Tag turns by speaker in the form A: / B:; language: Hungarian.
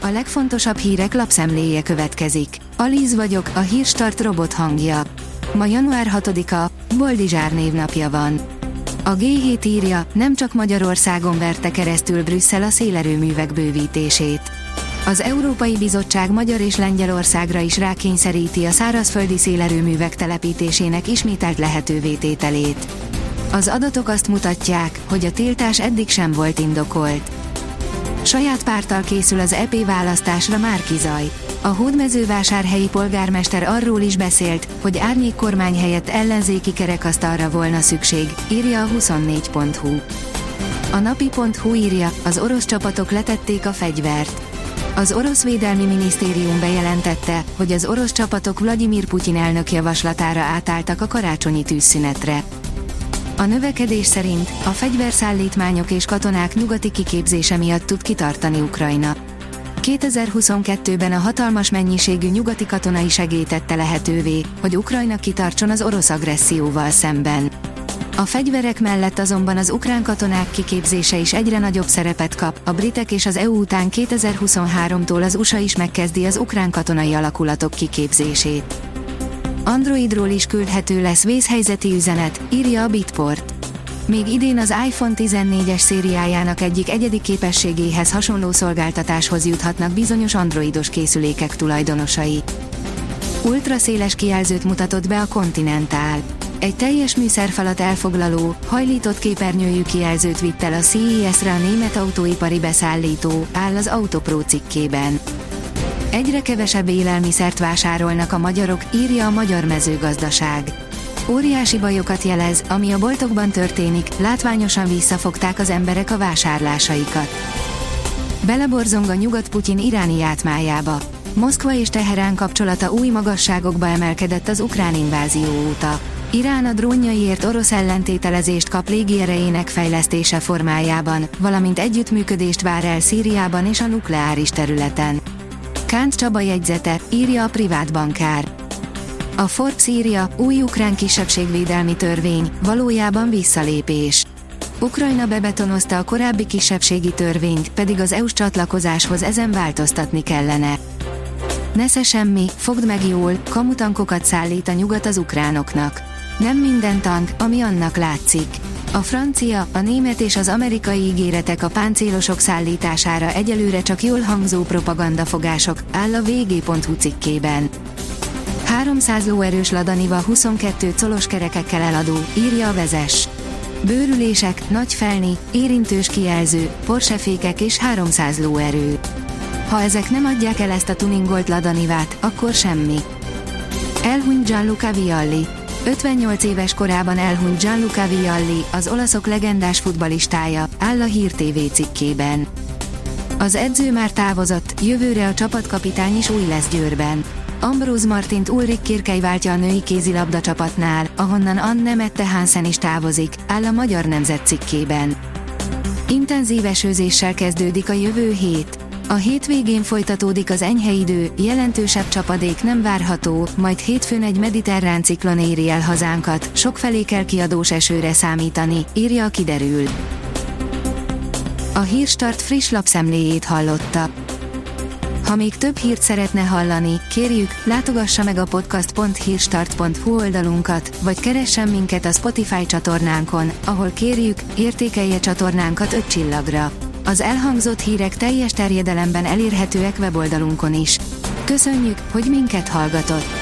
A: A legfontosabb hírek lapszemléje következik. Aliz vagyok, a Hírstart robot hangja. Ma január 6-a, Boldizsár névnapja van. A G7 írja, nem csak Magyarországon verte keresztül Brüsszel a szélerőművek bővítését. Az Európai Bizottság Magyar és Lengyelországra is rákényszeríti a szárazföldi szélerőművek telepítésének ismételt lehetővé tételét. Az adatok azt mutatják, hogy a tiltás eddig sem volt indokolt. Saját párttal készül az EP választásra Márki Zaj. A hódmezővásárhelyi polgármester arról is beszélt, hogy árnyék kormány helyett ellenzéki kerekasztalra volna szükség, írja a 24.hu. A napi.hu írja, az orosz csapatok letették a fegyvert. Az orosz védelmi minisztérium bejelentette, hogy az orosz csapatok Vladimir Putyin elnök javaslatára átálltak a karácsonyi tűzszünetre. A növekedés szerint a fegyverszállítmányok és katonák nyugati kiképzése miatt tud kitartani Ukrajna. 2022-ben a hatalmas mennyiségű nyugati katonai segély tette lehetővé, hogy Ukrajna kitartson az orosz agresszióval szemben. A fegyverek mellett azonban az ukrán katonák kiképzése is egyre nagyobb szerepet kap, a britek és az EU után 2023-tól az USA is megkezdi az ukrán katonai alakulatok kiképzését. Androidról is küldhető lesz vészhelyzeti üzenet, írja a Bitport. Még idén az iPhone 14-es szériájának egyik egyedi képességéhez hasonló szolgáltatáshoz juthatnak bizonyos androidos készülékek tulajdonosai. Ultraszéles kijelzőt mutatott be a Continental. Egy teljes műszerfalat elfoglaló, hajlított képernyőjű kijelzőt vitt el a CES-re a német autóipari beszállító, áll az Autopro cikkében. Egyre kevesebb élelmiszert vásárolnak a magyarok, írja a Magyar Mezőgazdaság. Óriási bajokat jelez, ami a boltokban történik, látványosan visszafogták az emberek a vásárlásaikat. Beleborzong a nyugat Putyin iráni játmájába. Moszkva és Teherán kapcsolata új magasságokba emelkedett az ukrán invázió óta. Irán a drónjaiért orosz ellentételezést kap légierejének fejlesztése formájában, valamint együttműködést vár el Szíriában és a nukleáris területen. Kánt Csaba jegyzete, írja a privát bankár. A Forbes írja, új ukrán kisebbségvédelmi törvény, valójában visszalépés. Ukrajna bebetonozta a korábbi kisebbségi törvényt, pedig az EU-s csatlakozáshoz ezen változtatni kellene. Nesze semmi, fogd meg jól, kamutankokat szállít a nyugat az ukránoknak. Nem minden tank, ami annak látszik. A francia, a német és az amerikai ígéretek a páncélosok szállítására egyelőre csak jól hangzó propagandafogások, áll a vg.hu cikkében. 300 lóerős Ladaniva 22 colos kerekekkel eladó, írja a Vezes. Bőrülések, nagy felni, érintős kijelző, Porsche-fékek és 300 lóerő. Ha ezek nem adják el ezt a tuningolt Ladanivát, akkor semmi. Elhunyt Gianluca Vialli. 58 éves korában elhunyt Gianluca Vialli, az olaszok legendás futballistája, áll a Hír TV cikkében. Az edző már távozott, jövőre a csapatkapitány is új lesz Győrben. Ambrose Martint Ulrik Kirkei váltja a női kézilabda csapatnál, ahonnan Anne Mette Hansen is távozik, áll a Magyar Nemzet cikkében. Intenzív esőzéssel kezdődik a jövő hét. A hétvégén folytatódik az enyhe idő, jelentősebb csapadék nem várható, majd hétfőn egy mediterrán ciklon éri el hazánkat, sokfelé kell kiadós esőre számítani, írja a Kiderül. A Hírstart friss lapszemléjét hallotta. Ha még több hírt szeretne hallani, kérjük, látogassa meg a podcast.hírstart.hu oldalunkat, vagy keressen minket a Spotify csatornánkon, ahol kérjük, értékelje csatornánkat 5 csillagra. Az elhangzott hírek teljes terjedelemben elérhetőek weboldalunkon is. Köszönjük, hogy minket hallgatott!